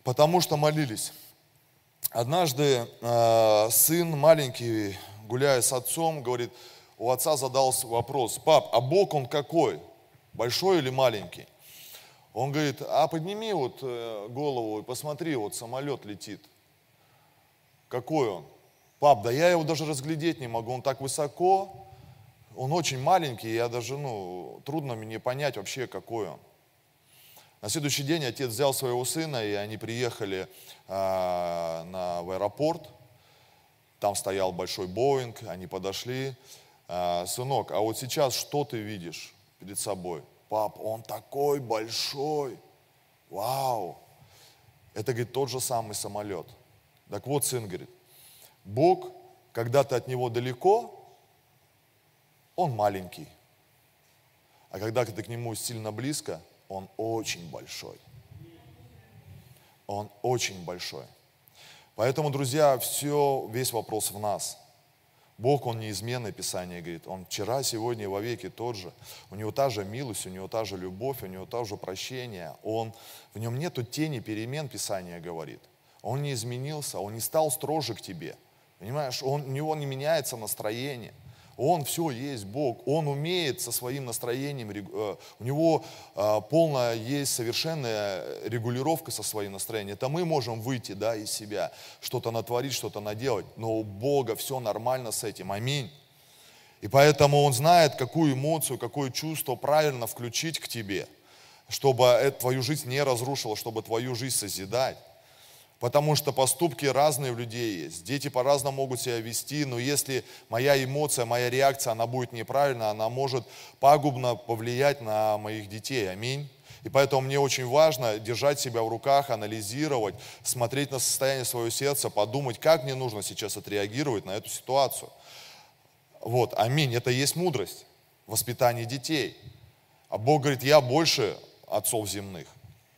Потому что молились. Однажды сын маленький, гуляя с отцом, говорит, у отца задался вопрос: пап, а Бог он какой? Большой или маленький? Он говорит, а подними вот голову и посмотри, вот самолет летит. Какой он? Пап, да я его даже разглядеть не могу, он так высоко, он очень маленький, я даже, трудно мне понять вообще, какой он. На следующий день отец взял своего сына, и они приехали в аэропорт, там стоял большой Боинг, они подошли. Сынок, а вот сейчас что ты видишь перед собой? Пап, он такой большой, вау. Это, говорит, тот же самый самолет. Так вот, сын говорит, Бог, когда ты от него далеко, он маленький. А когда ты к нему сильно близко, он очень большой. Он очень большой. Поэтому, друзья, весь вопрос в нас. Бог, Он неизменный, Писание говорит. Он вчера, сегодня и вовеки тот же. У Него та же милость, у Него та же любовь, у Него то же прощение. В Нем нету тени перемен, Писание говорит. Он не изменился, Он не стал строже к тебе. Понимаешь, у Него не меняется настроение. Он все есть Бог, Он умеет со своим настроением, у Него полная есть совершенная регулировка со своим настроением. Это мы можем выйти из себя, что-то натворить, что-то наделать, но у Бога все нормально с этим, аминь. И поэтому Он знает, какую эмоцию, какое чувство правильно включить к тебе, чтобы твою жизнь не разрушило, чтобы твою жизнь созидать. Потому что поступки разные у людей есть. Дети по-разному могут себя вести, но если моя эмоция, моя реакция, она будет неправильна, она может пагубно повлиять на моих детей. Аминь. И поэтому мне очень важно держать себя в руках, анализировать, смотреть на состояние своего сердца, подумать, как мне нужно сейчас отреагировать на эту ситуацию. Вот, аминь. Это и есть мудрость в воспитании детей. А Бог говорит, я больше отцов земных.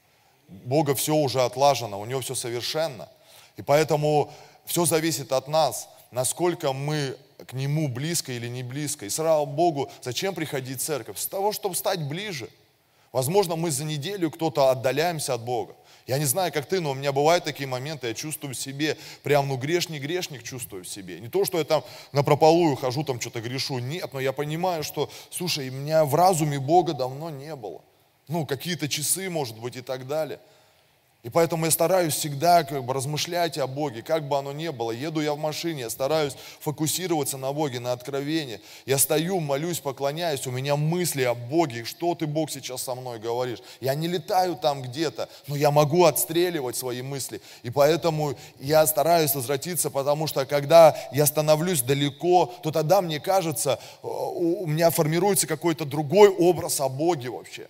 Бога все уже отлажено, у Него все совершенно. И поэтому все зависит от нас, насколько мы к Нему близко или не близко. И слава Богу, зачем приходить в церковь? С того, чтобы стать ближе. Возможно, мы за неделю кто-то отдаляемся от Бога. Я не знаю, как ты, но у меня бывают такие моменты, я чувствую в себе, прям, грешник чувствую в себе. Не то, что я там напропалую хожу, там что-то грешу, нет, но я понимаю, что, слушай, у меня в разуме Бога давно не было. Какие-то часы, может быть, и так далее. И поэтому я стараюсь всегда размышлять о Боге, как бы оно ни было. Еду я в машине, я стараюсь фокусироваться на Боге, на откровении. Я стою, молюсь, поклоняюсь, у меня мысли о Боге, что ты, Бог, сейчас со мной говоришь. Я не летаю там где-то, но я могу отстреливать свои мысли. И поэтому я стараюсь возвратиться, потому что когда я становлюсь далеко, то тогда, мне кажется, у меня формируется какой-то другой образ о Боге вообще.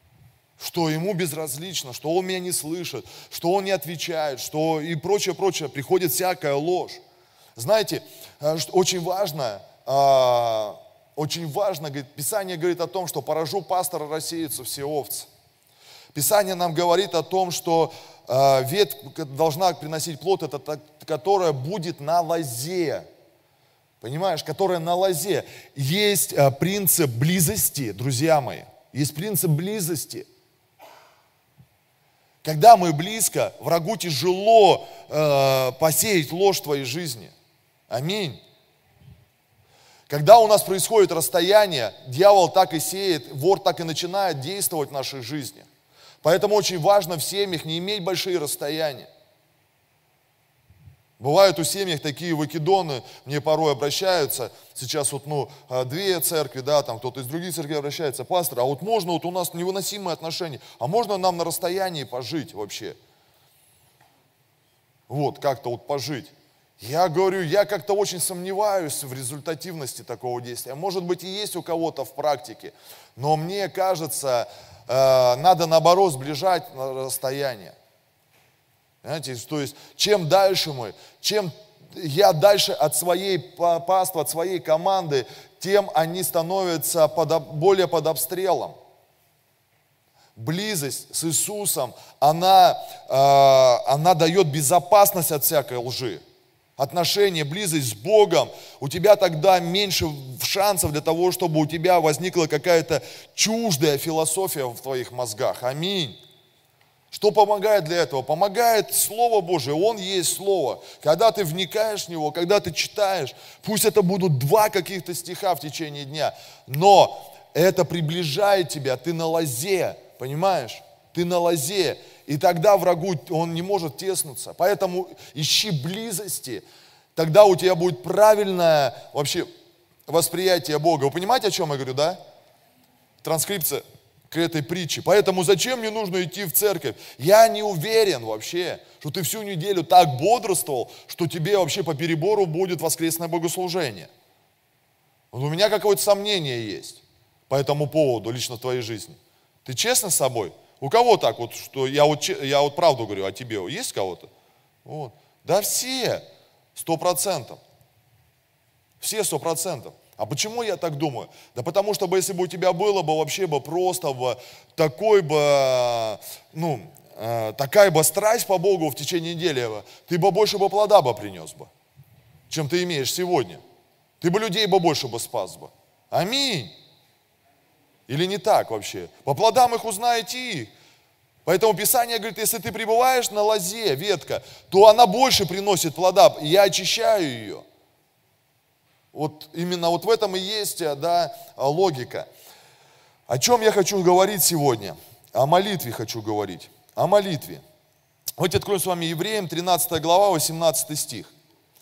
Что Ему безразлично, что Он меня не слышит, что Он не отвечает, что и прочее, приходит всякая ложь. Знаете, очень важно, говорит, Писание говорит о том, что поражу пастора, рассеются все овцы. Писание нам говорит о том, что ветвь должна приносить плод, это которая будет на лозе. Понимаешь, которая на лозе. Есть принцип близости, друзья мои, есть принцип близости. Когда мы близко, врагу тяжело посеять ложь в твоей жизни. Аминь. Когда у нас происходит расстояние, дьявол так и сеет, вор так и начинает действовать в нашей жизни. Поэтому очень важно в семьях не иметь большие расстояния. Бывают у семьях такие выкидоны, мне порой обращаются, сейчас две церкви, там кто-то из других церквей обращается, пастор, а можно у нас невыносимые отношения, а можно нам на расстоянии пожить вообще? Как-то пожить. Я говорю, я как-то очень сомневаюсь в результативности такого действия. Может быть, и есть у кого-то в практике, но мне кажется, надо наоборот сближать на расстояние. Знаете, то есть, чем дальше чем я дальше от своей паствы, от своей команды, тем они становятся более под обстрелом. Близость с Иисусом, она дает безопасность от всякой лжи. Отношения, близость с Богом, у тебя тогда меньше шансов для того, чтобы у тебя возникла какая-то чуждая философия в твоих мозгах. Аминь. Что помогает для этого? Помогает Слово Божие, Он есть Слово. Когда ты вникаешь в него, когда ты читаешь, пусть это будут 2 каких-то стиха в течение дня, но это приближает тебя, ты на лозе, понимаешь? Ты на лозе, и тогда врагу он не может теснуться. Поэтому ищи близости, тогда у тебя будет правильное вообще восприятие Бога. Вы понимаете, о чем я говорю, да? Транскрипция к этой притче. Поэтому зачем мне нужно идти в церковь? Я не уверен вообще, что ты всю неделю так бодрствовал, что тебе вообще по перебору будет воскресное богослужение. Вот у меня какое-то сомнение есть по этому поводу лично в твоей жизни. Ты честно с собой? У кого так вот, что я вот правду говорю о тебе? Есть у кого-то? Вот. Да все, 100%. Все 100%. А почему я так думаю? Да потому что если бы у тебя было бы вообще бы просто бы такой бы, такая бы страсть по Богу в течение недели, ты бы больше бы плода бы принес бы, чем ты имеешь сегодня. Ты бы людей бы больше бы спас бы. Аминь. Или не так вообще? По плодам их узнаете их. Поэтому Писание говорит, если ты пребываешь на лозе, ветка, то она больше приносит плода, и я очищаю ее. Вот именно вот в этом и есть, да, логика. О чем я хочу говорить сегодня? О молитве хочу говорить. О молитве. Давайте откроем с вами Евреям, 13 глава, 18 стих.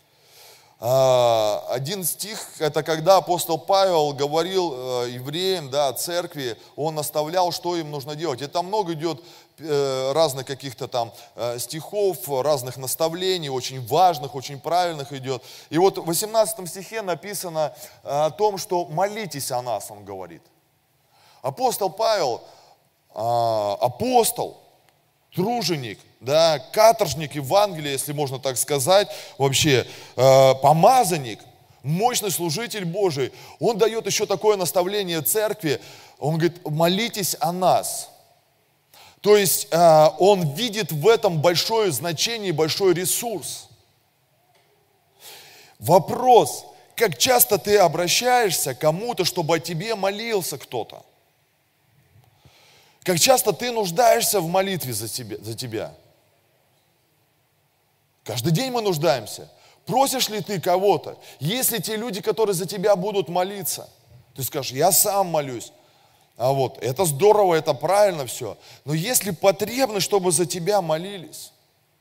Один стих, это когда апостол Павел говорил евреям, да, церкви, он наставлял, что им нужно делать. И там много идет разных каких-то там стихов, разных наставлений, очень важных, очень правильных идет. И вот в 18 стихе написано о том, что молитесь о нас, он говорит. Апостол Павел, апостол, труженик, да, каторжник Евангелия, если можно так сказать, вообще помазанник, мощный служитель Божий, он дает еще такое наставление церкви, он говорит, молитесь о нас. То есть он видит в этом большое значение, большой ресурс. Вопрос, как часто ты обращаешься к кому-то, чтобы о тебе молился кто-то? Как часто ты нуждаешься в молитве за тебя? Каждый день мы нуждаемся. Просишь ли ты кого-то? Есть ли те люди, которые за тебя будут молиться? Ты скажешь, я сам молюсь. А вот, это здорово, это правильно все. Но есть ли потребность, чтобы за тебя молились?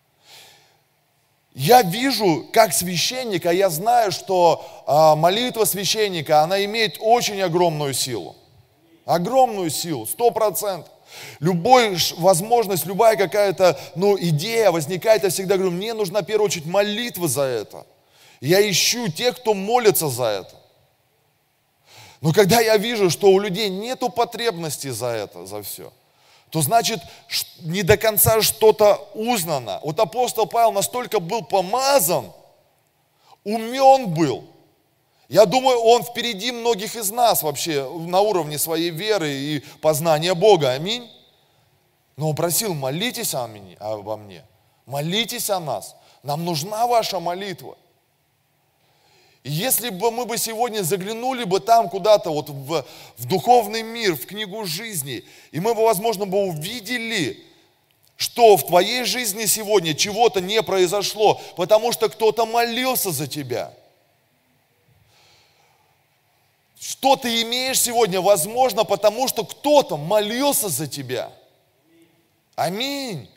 Я вижу, как священник, а я знаю, что молитва священника, она имеет очень огромную силу. Огромную силу, 100%. Любая возможность, любая какая-то идея возникает, я всегда говорю, мне нужна в первую очередь молитва за это. Я ищу тех, кто молится за это. Но когда я вижу, что у людей нету потребности за это, за все, то значит, не до конца что-то узнано. Вот апостол Павел настолько был помазан, умен был. Я думаю, он впереди многих из нас вообще на уровне своей веры и познания Бога. Аминь. Но он просил, молитесь обо мне, молитесь о нас. Нам нужна ваша молитва. И если бы мы сегодня заглянули бы там куда-то вот в духовный мир, в книгу жизни, и мы бы, возможно, увидели, что в твоей жизни сегодня чего-то не произошло, потому что кто-то молился за тебя. Что ты имеешь сегодня, возможно, потому что кто-то молился за тебя. Аминь.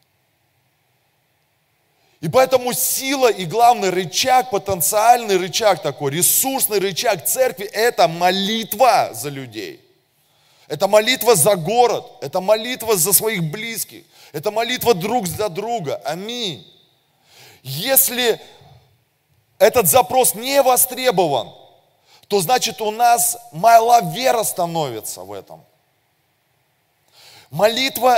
И поэтому сила и главный рычаг, потенциальный рычаг такой, ресурсный рычаг церкви – это молитва за людей. Это молитва за город, это молитва за своих близких, это молитва друг за друга. Аминь. Если этот запрос не востребован, то значит у нас мала вера становится в этом. Молитва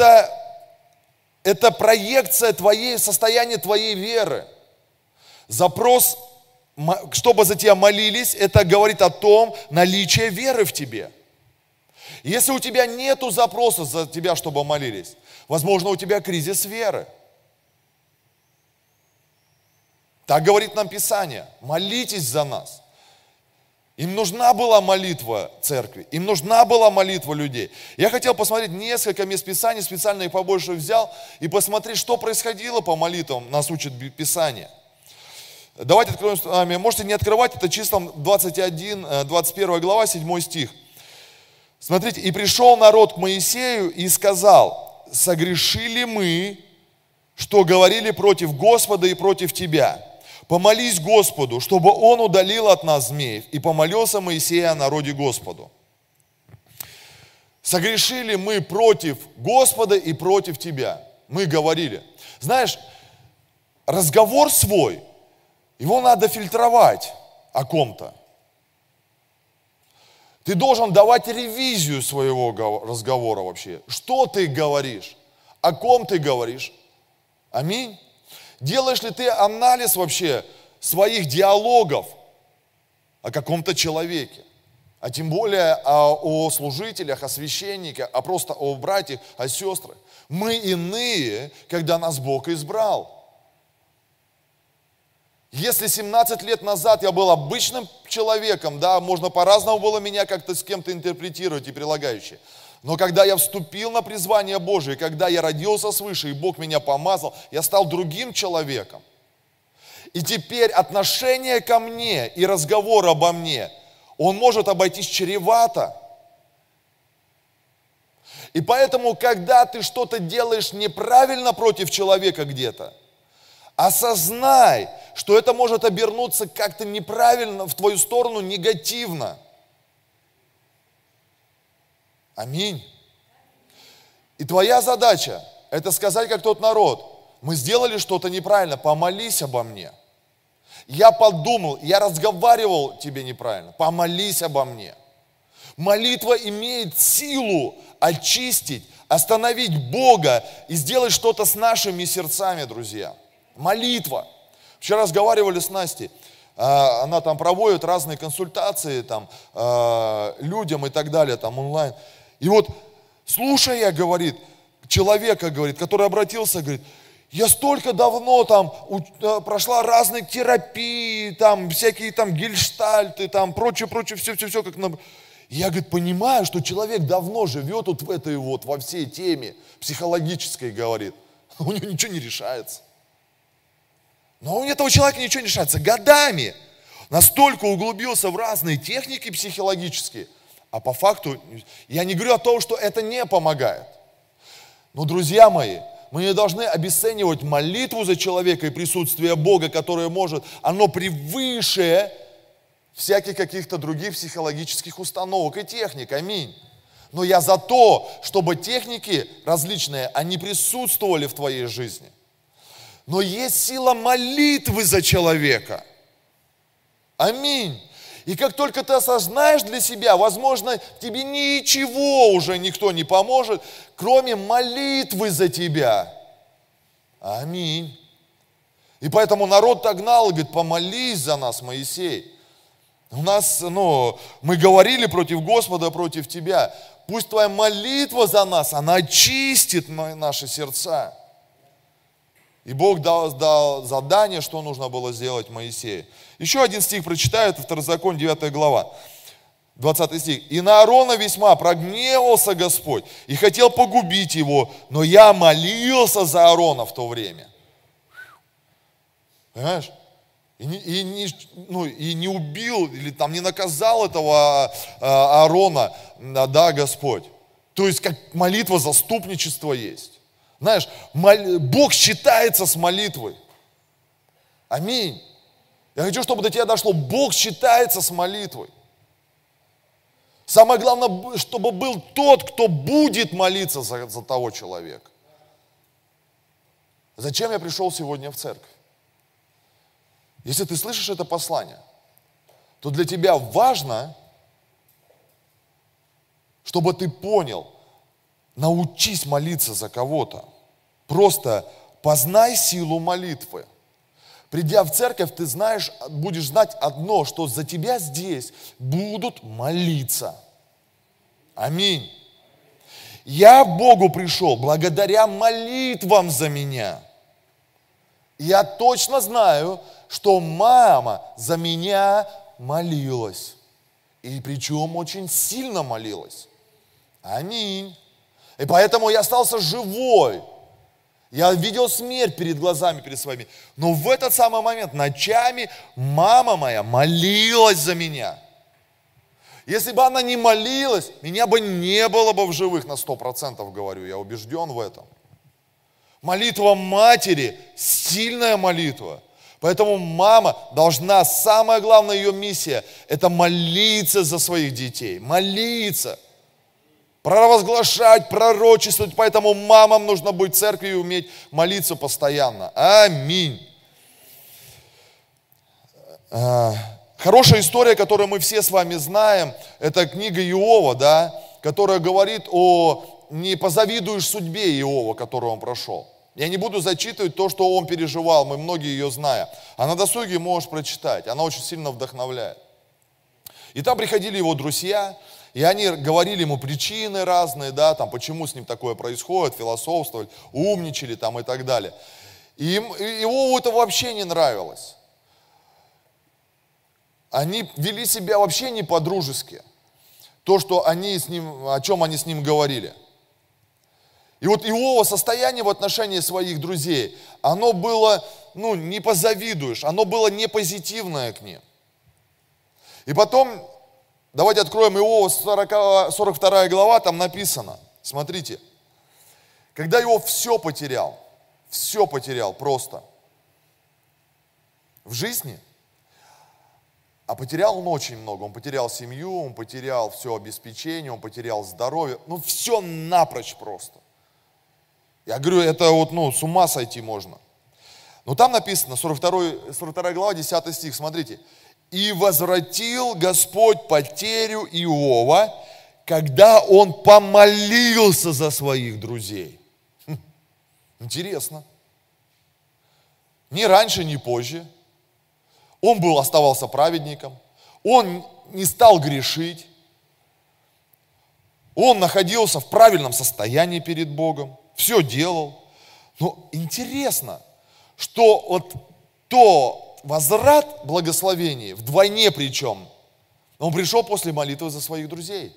это проекция состояния твоей веры. Запрос, чтобы за тебя молились, это говорит о том, наличие веры в тебе. Если у тебя нету запроса за тебя, чтобы молились, возможно, у тебя кризис веры. Так говорит нам Писание. Молитесь за нас. Им нужна была молитва церкви, им нужна была молитва людей. Я хотел посмотреть несколько мест Писания, специально их побольше взял, и посмотреть, что происходило по молитвам, нас учит Писание. Давайте откроем с вами, можете не открывать, это числом 21, 21 глава, 7 стих. Смотрите, «И пришел народ к Моисею и сказал, согрешили мы, что говорили против Господа и против тебя. Помолись Господу, чтобы Он удалил от нас змеев. И помолился Моисей о народе Господу». Согрешили мы против Господа и против тебя. Мы говорили. Знаешь, разговор свой, его надо фильтровать о ком-то. Ты должен давать ревизию своего разговора вообще. Что ты говоришь? О ком ты говоришь? Аминь. Делаешь ли ты анализ вообще своих диалогов о каком-то человеке? А тем более о служителях, о священниках, а просто о братьях, о сестрах. Мы иные, когда нас Бог избрал. Если 17 лет назад я был обычным человеком, да, можно по-разному было меня как-то с кем-то интерпретировать и прилагающее. Но когда я вступил на призвание Божие, когда я родился свыше, и Бог меня помазал, я стал другим человеком. И теперь отношение ко мне и разговор обо мне, он может обойтись чревато. И поэтому, когда ты что-то делаешь неправильно против человека где-то, осознай, что это может обернуться как-то неправильно в твою сторону, негативно. Аминь. И твоя задача, это сказать, как тот народ, мы сделали что-то неправильно, помолись обо мне. Я подумал, я разговаривал тебе неправильно, помолись обо мне. Молитва имеет силу очистить, остановить Бога и сделать что-то с нашими сердцами, друзья. Молитва. Вчера разговаривали с Настей. Она там проводит разные консультации там, людям и так далее, там онлайн. И вот, слушая, говорит, человека, говорит, который обратился, говорит, я столько давно там прошла разные терапии, там всякие там гельштальты, там прочее, все, как нам. Я, говорит, понимаю, что человек давно живет вот в этой вот, во всей теме психологической, говорит. У него ничего не решается. Но у этого человека ничего не решается. Годами настолько углубился в разные техники психологические, а по факту, я не говорю о том, что это не помогает. Но, друзья мои, мы не должны обесценивать молитву за человека и присутствие Бога, которое может, оно превыше всяких каких-то других психологических установок и техник. Аминь. Но я за то, чтобы техники различные, они присутствовали в твоей жизни. Но есть сила молитвы за человека. Аминь. И как только ты осознаешь для себя, возможно, тебе ничего уже никто не поможет, кроме молитвы за тебя. Аминь. И поэтому народ так гнал и говорит, помолись за нас, Моисей. У нас, мы говорили против Господа, против тебя. Пусть твоя молитва за нас, она очистит наши сердца. И Бог дал задание, что нужно было сделать Моисею. Еще один стих прочитаю, это Второзаконие, 9 глава, 20 стих. «И на Аарона весьма прогневался Господь и хотел погубить его, но я молился за Аарона в то время». Понимаешь? И не убил, или там не наказал этого Аарона, да, Господь. То есть, как молитва заступничества есть. Знаешь, Бог считается с молитвой. Аминь. Я хочу, чтобы до тебя дошло. Бог считается с молитвой. Самое главное, чтобы был тот, кто будет молиться за того человека. Зачем я пришел сегодня в церковь? Если ты слышишь это послание, то для тебя важно, чтобы ты понял, научись молиться за кого-то. Просто познай силу молитвы. Придя в церковь, ты знаешь, будешь знать одно, что за тебя здесь будут молиться. Аминь. Я к Богу пришел благодаря молитвам за меня. Я точно знаю, что мама за меня молилась. И причем очень сильно молилась. Аминь. И поэтому я остался живой. Я видел смерть перед глазами, перед своими. Но в этот самый момент ночами мама моя молилась за меня. Если бы она не молилась, меня бы не было бы в живых на 100%, говорю, я убежден в этом. Молитва матери – сильная молитва. Поэтому мама должна, самая главная ее миссия – это молиться за своих детей, молиться, провозглашать, пророчествовать. Поэтому мамам нужно быть в церкви и уметь молиться постоянно. Аминь. Хорошая история, которую мы все с вами знаем, это книга Иова, да, которая говорит о «не позавидуешь судьбе Иова, которую он прошел». Я не буду зачитывать то, что он переживал, мы многие ее знаем. А на досуге можешь прочитать, она очень сильно вдохновляет. И там приходили его друзья, и они говорили ему причины разные, да, там, почему с ним такое происходит, философствовали, умничали там и так далее. И Иову это вообще не нравилось. Они вели себя вообще не по-дружески. То, что они с ним, о чем они с ним говорили. И вот Иова состояние в отношении своих друзей, оно было, не позавидуешь, оно было не позитивное к ним. И потом, давайте откроем Иова 42 глава, там написано, смотрите, когда Иов все потерял просто в жизни, а потерял он очень много. Он потерял семью, он потерял все обеспечение, он потерял здоровье. Все напрочь просто. Я говорю, это с ума сойти можно. Но там написано, 42 глава, 10 стих, смотрите. «И возвратил Господь потерю Иова, когда он помолился за своих друзей». Интересно. Ни раньше, ни позже. Он оставался праведником, он не стал грешить, он находился в правильном состоянии перед Богом, все делал. Но интересно, что то возврат благословений, вдвойне причем, он пришел после молитвы за своих друзей.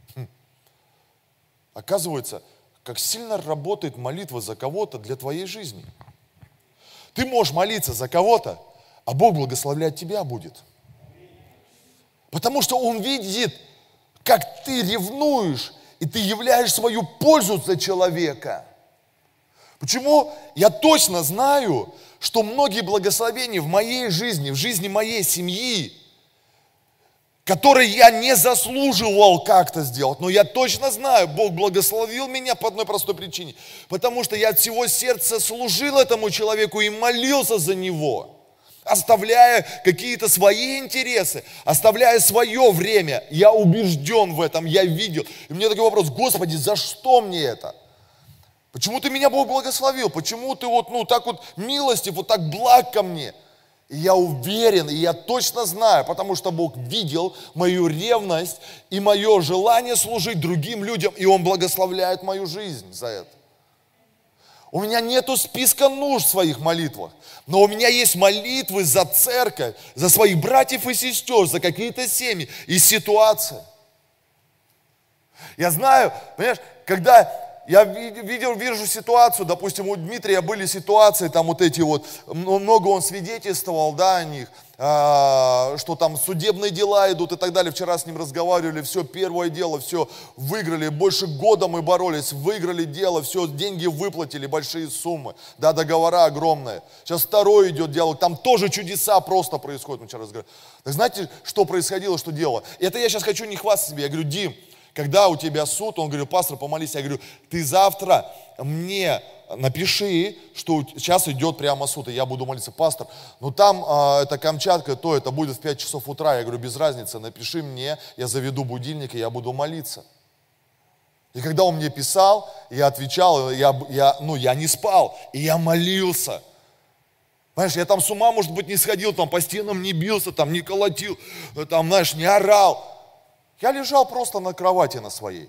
Оказывается, как сильно работает молитва за кого-то для твоей жизни. Ты можешь молиться за кого-то, а Бог благословлять тебя будет. Потому что Он видит, как ты ревнуешь, и ты являешь свою пользу за человека. Почему? Я точно знаю, что многие благословения в моей жизни, в жизни моей семьи, которые я не заслуживал как-то сделать, но я точно знаю, Бог благословил меня по одной простой причине, потому что я от всего сердца служил этому человеку и молился за него. Оставляя какие-то свои интересы, оставляя свое время. Я убежден в этом, я видел. И мне такой вопрос: Господи, за что мне это? Почему ты меня, Бог, благословил? Почему ты так милостив, так благ ко мне? И я уверен, и я точно знаю, потому что Бог видел мою ревность и мое желание служить другим людям, и Он благословляет мою жизнь за это. У меня нету списка нужд в своих молитвах, но у меня есть молитвы за церковь, за своих братьев и сестер, за какие-то семьи и ситуации. Я знаю, понимаешь, когда я вижу ситуацию, допустим, у Дмитрия были ситуации, там много он свидетельствовал, да, о них, что там судебные дела идут и так далее. Вчера с ним разговаривали, все, первое дело, все, выиграли, больше года мы боролись, выиграли дело, все, деньги выплатили, большие суммы, да, договора огромные. Сейчас второе идет диалог, там тоже чудеса просто происходят, мы вчера разговаривали. Так знаете, что происходило, что дело? Это я сейчас хочу не хвастать себе, я говорю: Дим, когда у тебя суд, он говорит: пастор, помолись. Я говорю: ты завтра мне напиши, что сейчас идет прямо суд, и я буду молиться. Пастор, там это Камчатка, то это будет в 5 часов утра. Я говорю: без разницы, напиши мне, я заведу будильник, и я буду молиться. И когда он мне писал, я отвечал, я не спал, и я молился. Знаешь, я там с ума, может быть, не сходил, там по стенам не бился, там не колотил, там, знаешь, не орал. Я лежал просто на кровати на своей.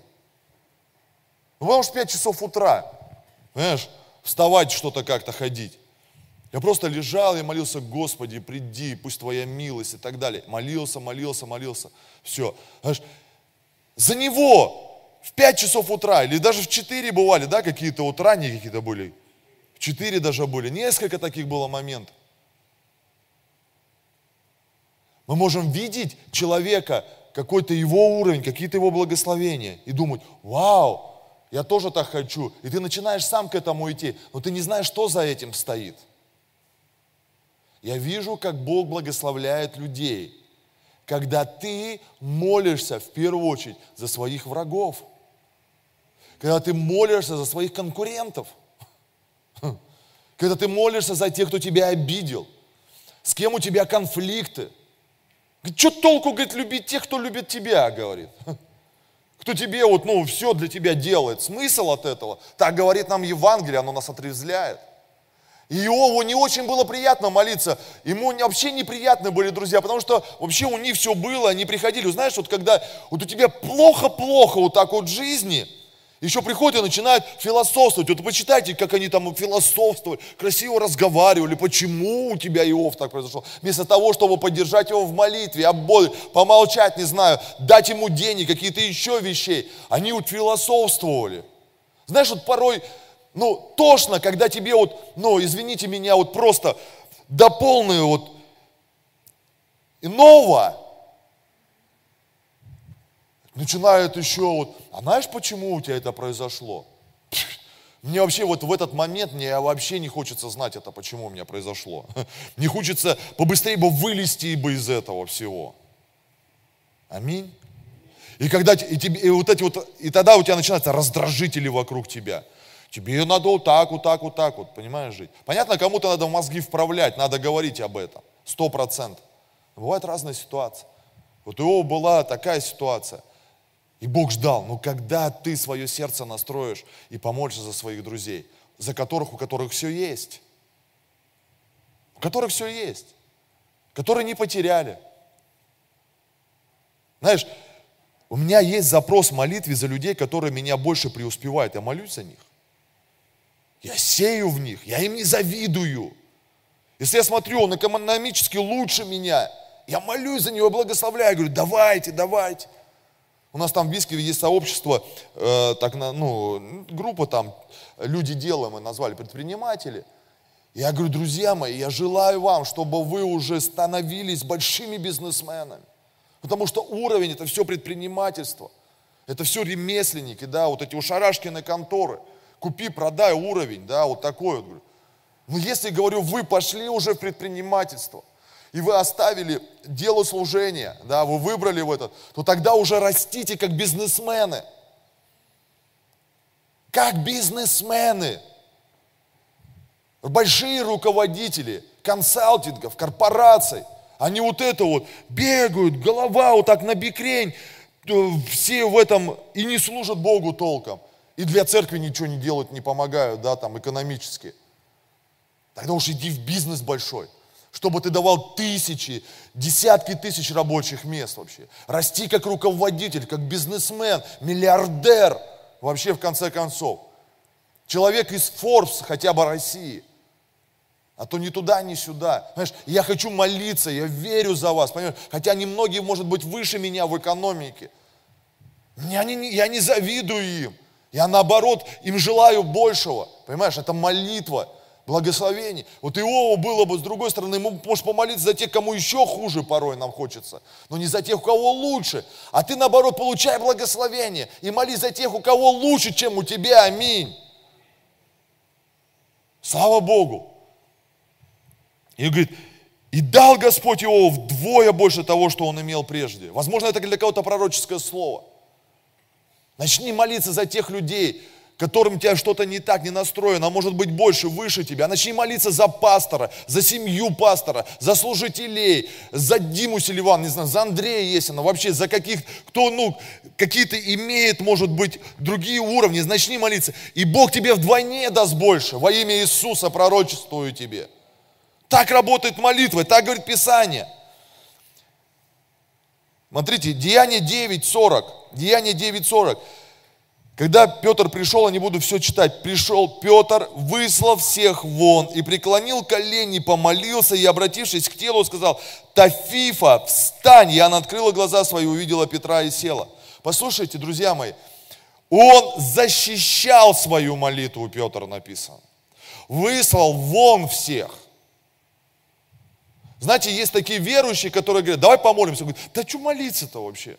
Потому что 5 часов утра, понимаешь, вставать, что-то как-то ходить. Я просто лежал и молился: Господи, приди, пусть Твоя милость и так далее. Молился. Все. Знаешь, за него в 5 часов утра, или даже в 4 бывали, да, какие-то вот ранние какие-то были. В 4 даже были. Несколько таких было моментов. Мы можем видеть человека, какой-то его уровень, какие-то его благословения и думать: вау, я тоже так хочу. И ты начинаешь сам к этому идти, но ты не знаешь, что за этим стоит. Я вижу, как Бог благословляет людей, когда ты молишься в первую очередь за своих врагов, когда ты молишься за своих конкурентов, когда ты молишься за тех, кто тебя обидел, с кем у тебя конфликты. Что толку, говорит, любить тех, кто любит тебя, говорит. Кто тебе вот, все для тебя делает. Смысл от этого? Так говорит нам Евангелие, оно нас отрезвляет. И Иову не очень было приятно молиться. Ему вообще неприятны были друзья, потому что вообще у них все было, они приходили. Знаешь, вот когда вот у тебя плохо вот так вот в жизни, еще приходят и начинают философствовать. Вот почитайте, как они там философствовали, красиво разговаривали, почему у тебя Иов так произошел. Вместо того, чтобы поддержать его в молитве, помолчать, не знаю, дать ему денег, какие-то еще вещей. Они вот философствовали. Знаешь, вот порой, тошно, когда тебе вот, извините меня, вот просто до полной вот иного начинают еще вот, а знаешь, почему у тебя это произошло? Мне вообще вот в этот момент, мне вообще не хочется знать это, почему у меня произошло. Мне хочется побыстрее бы вылезти бы из этого всего. Аминь. И когда, и тогда у тебя начинаются раздражители вокруг тебя. Тебе надо вот так, понимаешь, жить. Понятно, кому-то надо в мозги вправлять, надо говорить об этом, 100%. Бывают разные ситуации. Вот у Иова была такая ситуация. И Бог ждал, когда ты свое сердце настроишь и помолишься за своих друзей, у которых все есть. У которых все есть. Которые не потеряли. Знаешь, у меня есть запрос в молитве за людей, которые меня больше преуспевают. Я молюсь за них. Я сею в них, я им не завидую. Если я смотрю, он экономически лучше меня, я молюсь за него, благословляю, говорю: давайте. У нас там в Бискиве есть сообщество, группа там, люди дела мы назвали, предприниматели. Я говорю: друзья мои, я желаю вам, чтобы вы уже становились большими бизнесменами. Потому что уровень — это все предпринимательство. Это все ремесленники, да, вот эти ушарашкины конторы. Купи, продай уровень, да, вот такой вот. Но если, говорю, вы пошли уже в предпринимательство, и вы оставили дело служения, да, вы выбрали в этот, то тогда уже растите как бизнесмены. Как бизнесмены. Большие руководители консалтингов, корпораций, они вот это вот бегают, голова вот так набекрень, все в этом и не служат Богу толком. И для церкви ничего не делают, не помогают, да, там экономически. Тогда уж иди в бизнес большой, чтобы ты давал тысячи, десятки тысяч рабочих мест вообще. Расти как руководитель, как бизнесмен, миллиардер вообще в конце концов. Человек из Forbes хотя бы России. А то ни туда, ни сюда. Знаешь, я хочу молиться, я верю за вас, понимаешь? Хотя немногие, может быть, выше меня в экономике. Я не завидую им. Я наоборот им желаю большего. Понимаешь, это молитва. Благословение. Вот Иову было бы, с другой стороны, ему можешь помолиться за тех, кому еще хуже порой нам хочется, но не за тех, у кого лучше. А ты, наоборот, получай благословение и молись за тех, у кого лучше, чем у тебя. Аминь. Слава Богу. И говорит: и дал Господь Иову вдвое больше того, что он имел прежде. Возможно, это для кого-то пророческое слово. Начни молиться за тех людей, которым тебя что-то не так, не настроено, а может быть больше, выше тебя. Начни молиться за пастора, за семью пастора, за служителей, за Диму Селиван, не знаю, за Андрея Есина, вообще за кто какие-то имеет, может быть, другие уровни. Начни молиться, и Бог тебе вдвойне даст больше. Во имя Иисуса пророчествую тебе. Так работает молитва, так говорит Писание. Смотрите, Деяние 9:40. Когда Петр пришел, я не буду все читать, пришел Петр, выслал всех вон и преклонил колени, помолился и, обратившись к телу, сказал: Тафифа, встань! И она открыла глаза свои, увидела Петра и села. Послушайте, друзья мои, он защищал свою молитву, Петр написано. Выслал вон всех. Знаете, есть такие верующие, которые говорят: давай помолимся. Он говорит: да что молиться-то вообще?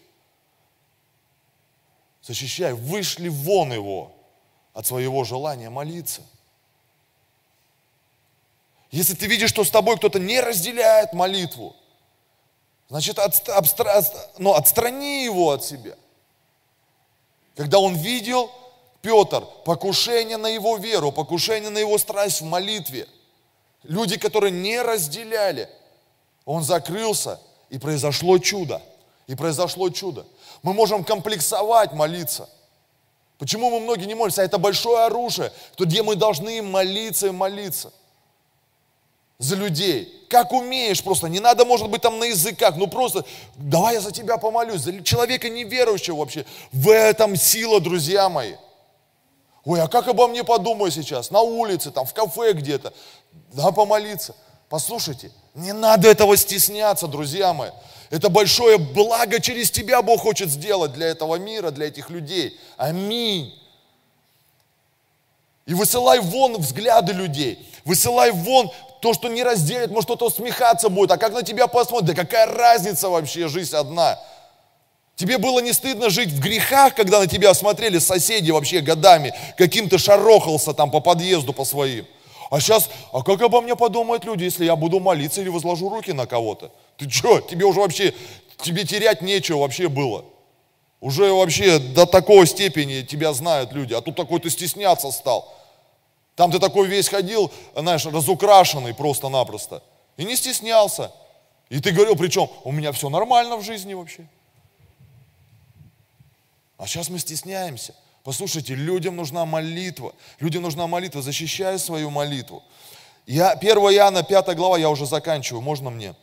Защищай, вышли вон его от своего желания молиться. Если ты видишь, что с тобой кто-то не разделяет молитву, значит, отстрани его от себя. Когда он видел, Петр, покушение на его веру, покушение на его страсть в молитве, люди, которые не разделяли, он закрылся, и произошло чудо. И произошло чудо. Мы можем комплексовать, молиться. Почему мы многие не молимся? А это большое оружие, где мы должны молиться и молиться. За людей. Как умеешь просто. Не надо, может быть, там на языках. Ну просто, давай я за тебя помолюсь. За человека неверующего вообще. В этом сила, друзья мои. Ой, а как обо мне подумаю сейчас? На улице, там, в кафе где-то. Да, помолиться. Послушайте, не надо этого стесняться, друзья мои. Это большое благо через тебя Бог хочет сделать для этого мира, для этих людей. Аминь. И высылай вон взгляды людей. Высылай вон то, что не разделит. Может, кто-то усмехаться будет. А как на тебя посмотрит? Да какая разница вообще, жизнь одна. Тебе было не стыдно жить в грехах, когда на тебя смотрели соседи вообще годами. Каким-то шарохался там по подъезду по своим. А сейчас, а как обо мне подумают люди, если я буду молиться или возложу руки на кого-то? Ты что, тебе уже вообще, тебе терять нечего вообще было. Уже вообще до такой степени тебя знают люди, а тут такой ты стесняться стал. Там ты такой весь ходил, знаешь, разукрашенный просто-напросто. И не стеснялся. И ты говорил, причем, у меня все нормально в жизни вообще. А сейчас мы стесняемся. Послушайте, людям нужна молитва. Людям нужна молитва, защищай свою молитву. 1 Иоанна, 5 глава, я уже заканчиваю, можно мне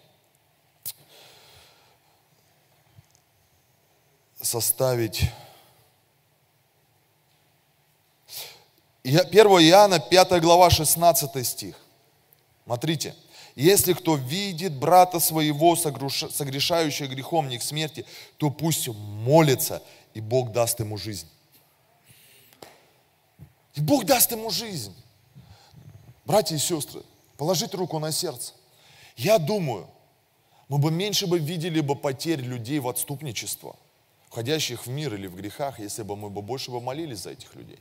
составить? 1 Иоанна, 5 глава, 16 стих. Смотрите. Если кто видит брата своего, согрешающего грехом не к смерти, то пусть молится, и Бог даст ему жизнь. И Бог даст ему жизнь. Братья и сестры, положить руку на сердце. Я думаю, мы бы меньше видели бы потерь людей в отступничество, входящих в мир или в грехах, если бы мы больше молились за этих людей.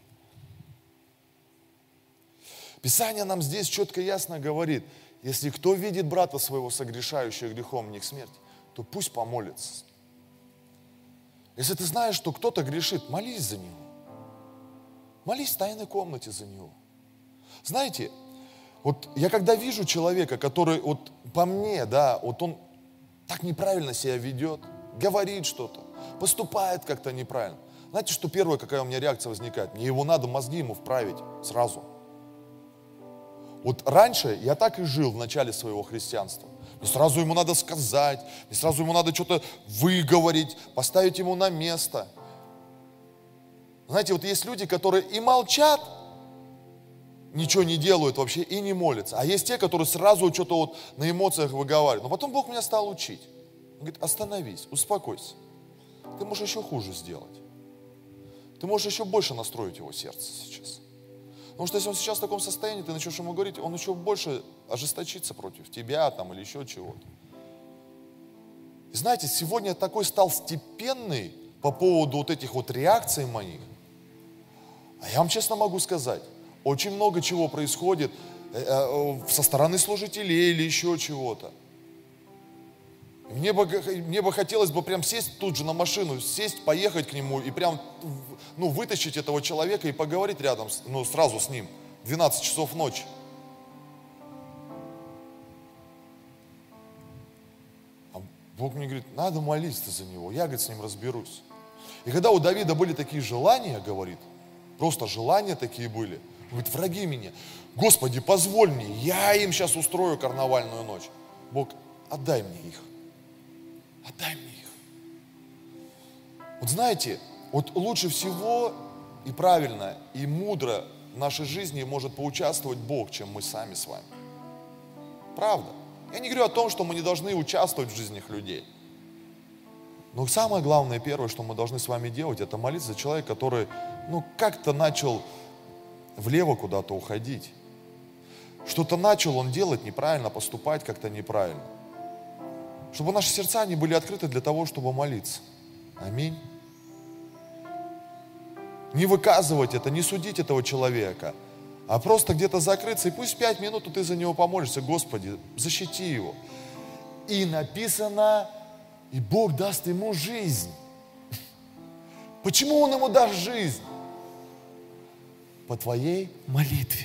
Писание нам здесь четко и ясно говорит: если кто видит брата своего, согрешающего грехом не к смерти, то пусть помолится. Если ты знаешь, что кто-то грешит, молись за него. Молись в тайной комнате за него. Знаете, вот я когда вижу человека, который вот по мне, да, вот он так неправильно себя ведет, говорит что-то, поступает как-то неправильно. Знаете, что первое, какая у меня реакция возникает? Мне его надо, мозги ему вправить сразу. Вот раньше я так и жил в начале своего христианства. Мне сразу ему надо сказать, мне сразу ему надо что-то выговорить, поставить ему на место. Знаете, вот есть люди, которые и молчат, ничего не делают вообще и не молятся. А есть те, которые сразу что-то вот на эмоциях выговаривают. Но потом Бог меня стал учить. Он говорит: остановись, успокойся. Ты можешь еще хуже сделать. Ты можешь еще больше настроить его сердце сейчас. Потому что если он сейчас в таком состоянии, ты начнешь ему говорить, он еще больше ожесточится против тебя там или еще чего-то. И знаете, сегодня я такой стал степенный по поводу вот этих вот реакций моих. А я вам честно могу сказать, очень много чего происходит со стороны служителей или еще чего-то. Мне бы хотелось бы прям сесть тут же на машину, сесть, поехать к нему и прям вытащить этого человека и поговорить рядом, сразу с ним, 12 часов ночи. А Бог мне говорит: надо молиться за него, я, говорит, с ним разберусь. И когда у Давида были такие желания, говорит, просто желания такие были, он говорит: враги меня, Господи, позволь мне, я им сейчас устрою карнавальную ночь. Бог, отдай мне их. Отдай мне их. Вот знаете, вот лучше всего и правильно, и мудро в нашей жизни может поучаствовать Бог, чем мы сами с вами. Правда. Я не говорю о том, что мы не должны участвовать в жизнях людей. Но самое главное, первое, что мы должны с вами делать, это молиться за человека, который, как-то начал влево куда-то уходить. Что-то начал он делать неправильно, поступать как-то неправильно. Чтобы наши сердца не были открыты для того, чтобы молиться. Аминь. Не выказывать это, не судить этого человека, а просто где-то закрыться, и пусть 5 минут ты за него помолишься. Господи, защити его. И написано, и Бог даст ему жизнь. Почему Он ему даст жизнь? По твоей молитве.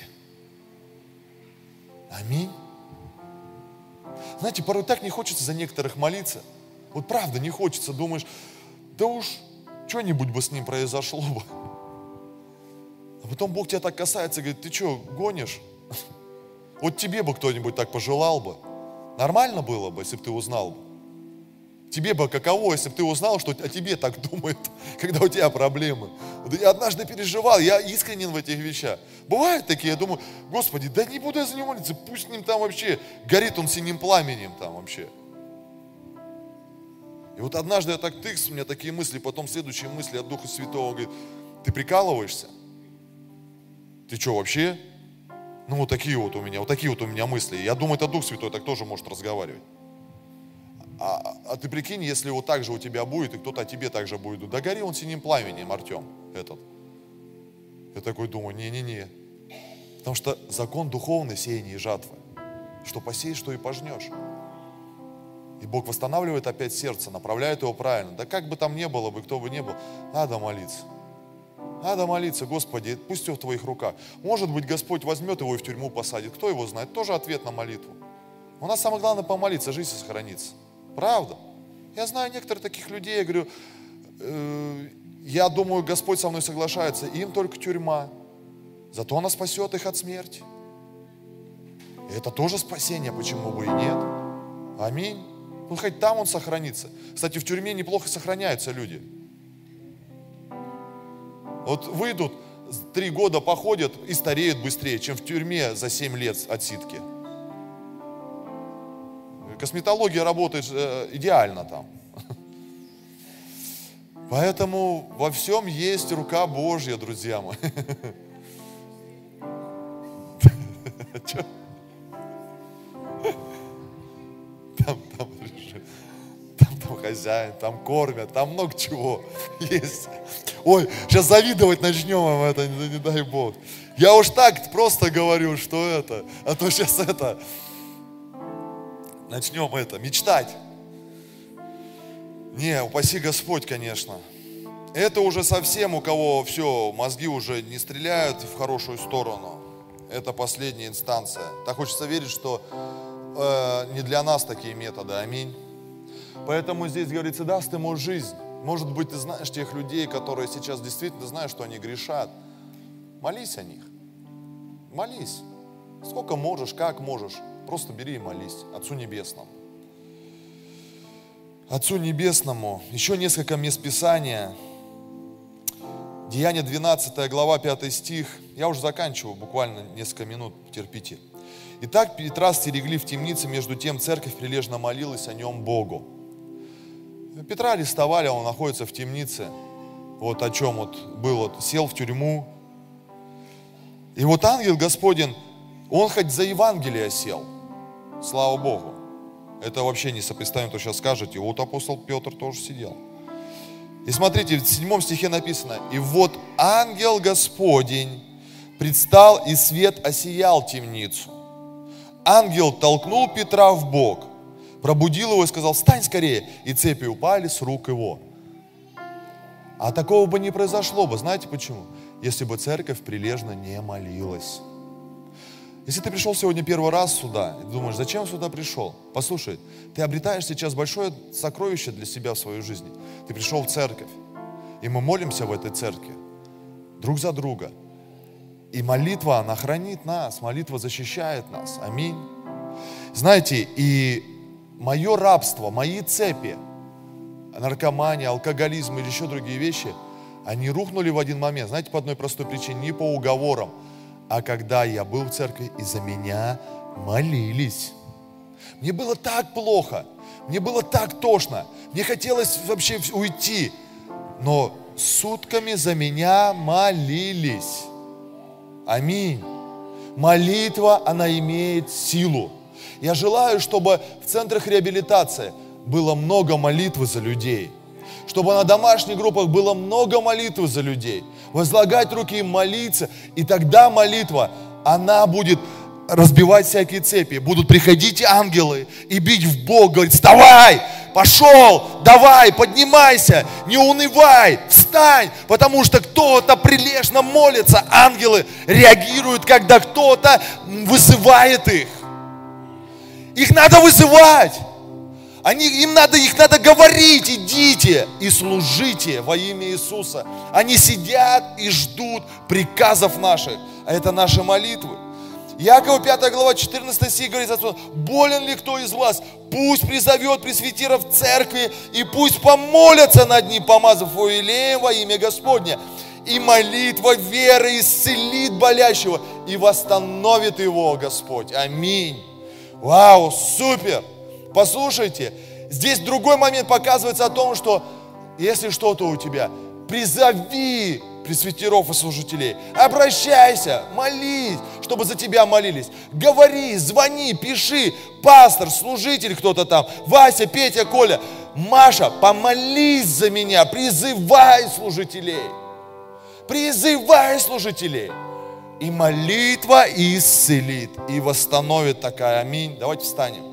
Аминь. Знаете, порой так не хочется за некоторых молиться. Вот правда не хочется. Думаешь, да уж что-нибудь бы с ним произошло бы. А потом Бог тебя так касается и говорит, ты что, гонишь? Вот тебе бы кто-нибудь так пожелал бы. Нормально было бы, если бы ты узнал бы. Тебе бы каково, если бы ты узнал, что о тебе так думают, когда у тебя проблемы. Вот я однажды переживал, я искренен в этих вещах. Бывают такие, я думаю, Господи, да не буду я за него молиться, пусть с ним там вообще горит он синим пламенем там вообще. И вот однажды я так тыкс, у меня такие мысли, потом следующие мысли от Духа Святого, говорит, ты прикалываешься? Ты что вообще? Вот такие вот у меня мысли. Я думаю, это Дух Святой так тоже может разговаривать. А ты прикинь, если вот так же у тебя будет, и кто-то о тебе так же будет, да гори он синим пламенем, Артем, этот. Я такой думаю, не-не-не. Потому что закон духовный, сеяния и жатвы. Что посеешь, что и пожнешь. И Бог восстанавливает опять сердце, направляет его правильно. Да как бы там ни было бы, кто бы ни был, надо молиться. Надо молиться, Господи, пусть все в твоих руках. Может быть, Господь возьмет его и в тюрьму посадит. Кто его знает? Тоже ответ на молитву. У нас самое главное помолиться, жизнь сохранится. Правда? Я знаю некоторых таких людей, я говорю, я думаю, Господь со мной соглашается, им только тюрьма. Зато она спасет их от смерти. И это тоже спасение, почему бы и нет. Аминь. Хоть там он сохранится. Кстати, в тюрьме неплохо сохраняются люди. Вот выйдут, 3 года походят и стареют быстрее, чем в тюрьме за 7 лет отсидки. Косметология работает идеально там. Поэтому во всем есть рука Божья, друзья мои. Там хозяин, там кормят, там много чего есть. Ой, сейчас завидовать начнем вам это, не дай Бог. Я уж так просто говорю, что это, а то сейчас это... Начнем мечтать. Не, упаси Господь, конечно. Это уже совсем у кого все, мозги уже не стреляют в хорошую сторону. Это последняя инстанция. Так хочется верить, что не для нас такие методы. Аминь. Поэтому здесь говорится, даст ему жизнь. Может быть, ты знаешь тех людей, которые сейчас действительно знают, что они грешат. Молись о них. Молись. Сколько можешь, как можешь. Просто бери и молись Отцу Небесному. Отцу Небесному. Еще несколько мест Писания. Деяния 12 глава 5 стих. Я уже заканчиваю, буквально несколько минут, терпите. Итак, Петра стерегли в темнице, между тем церковь прилежно молилась о нем Богу. Петра арестовали, он находится в темнице. Вот о чем был, сел в тюрьму. И вот ангел Господень, он хоть за Евангелие сел. Слава Богу. Это вообще не сопоставимо, то сейчас скажете. Вот апостол Петр тоже сидел. И смотрите, в 7 стихе написано. И вот ангел Господень предстал, и свет осиял темницу. Ангел толкнул Петра в бок, пробудил его и сказал, встань скорее. И цепи упали с рук его. А такого бы не произошло бы. Знаете почему? Если бы церковь прилежно не молилась. Если ты пришел сегодня первый раз сюда, и думаешь, зачем сюда пришел? Послушай, ты обретаешь сейчас большое сокровище для себя в своей жизни. Ты пришел в церковь, и мы молимся в этой церкви друг за друга. И молитва, она хранит нас, молитва защищает нас. Аминь. Знаете, и мое рабство, мои цепи, наркомания, алкоголизм или еще другие вещи, Они рухнули в один момент, знаете, по одной простой причине, не по уговорам, а когда я был в церкви, и за меня молились. Мне было так плохо, мне было так тошно, мне хотелось вообще уйти, но сутками за меня молились. Аминь. Молитва, она имеет силу. Я желаю, чтобы в центрах реабилитации было много молитвы за людей. Чтобы на домашних группах было много молитвы за людей. Возлагать руки и молиться. И тогда молитва, она будет разбивать всякие цепи. Будут приходить ангелы и бить в бок. Говорить: вставай, пошел, давай, поднимайся, не унывай, встань. Потому что кто-то прилежно молится. Ангелы реагируют, когда кто-то вызывает их. Их надо вызывать. Их надо говорить: идите и служите во имя Иисуса. Они сидят и ждут приказов наших. А это наши молитвы. Иакова 5 глава 14 стих говорит: болен ли кто из вас, пусть призовет пресвитеров церкви, и пусть помолятся над ним, помазав его елеем во имя Господне. И молитва веры исцелит болящего и восстановит его Господь. Аминь. Вау, супер! Послушайте, здесь другой момент показывается о том, что если что-то у тебя, призови пресвитеров и служителей, обращайся, молись, чтобы за тебя молились. Говори, звони, пиши, пастор, служитель кто-то там, Вася, Петя, Коля, Маша, помолись за меня, призывай служителей. Призывай служителей. И молитва исцелит, и восстановит такая. Аминь. Давайте встанем.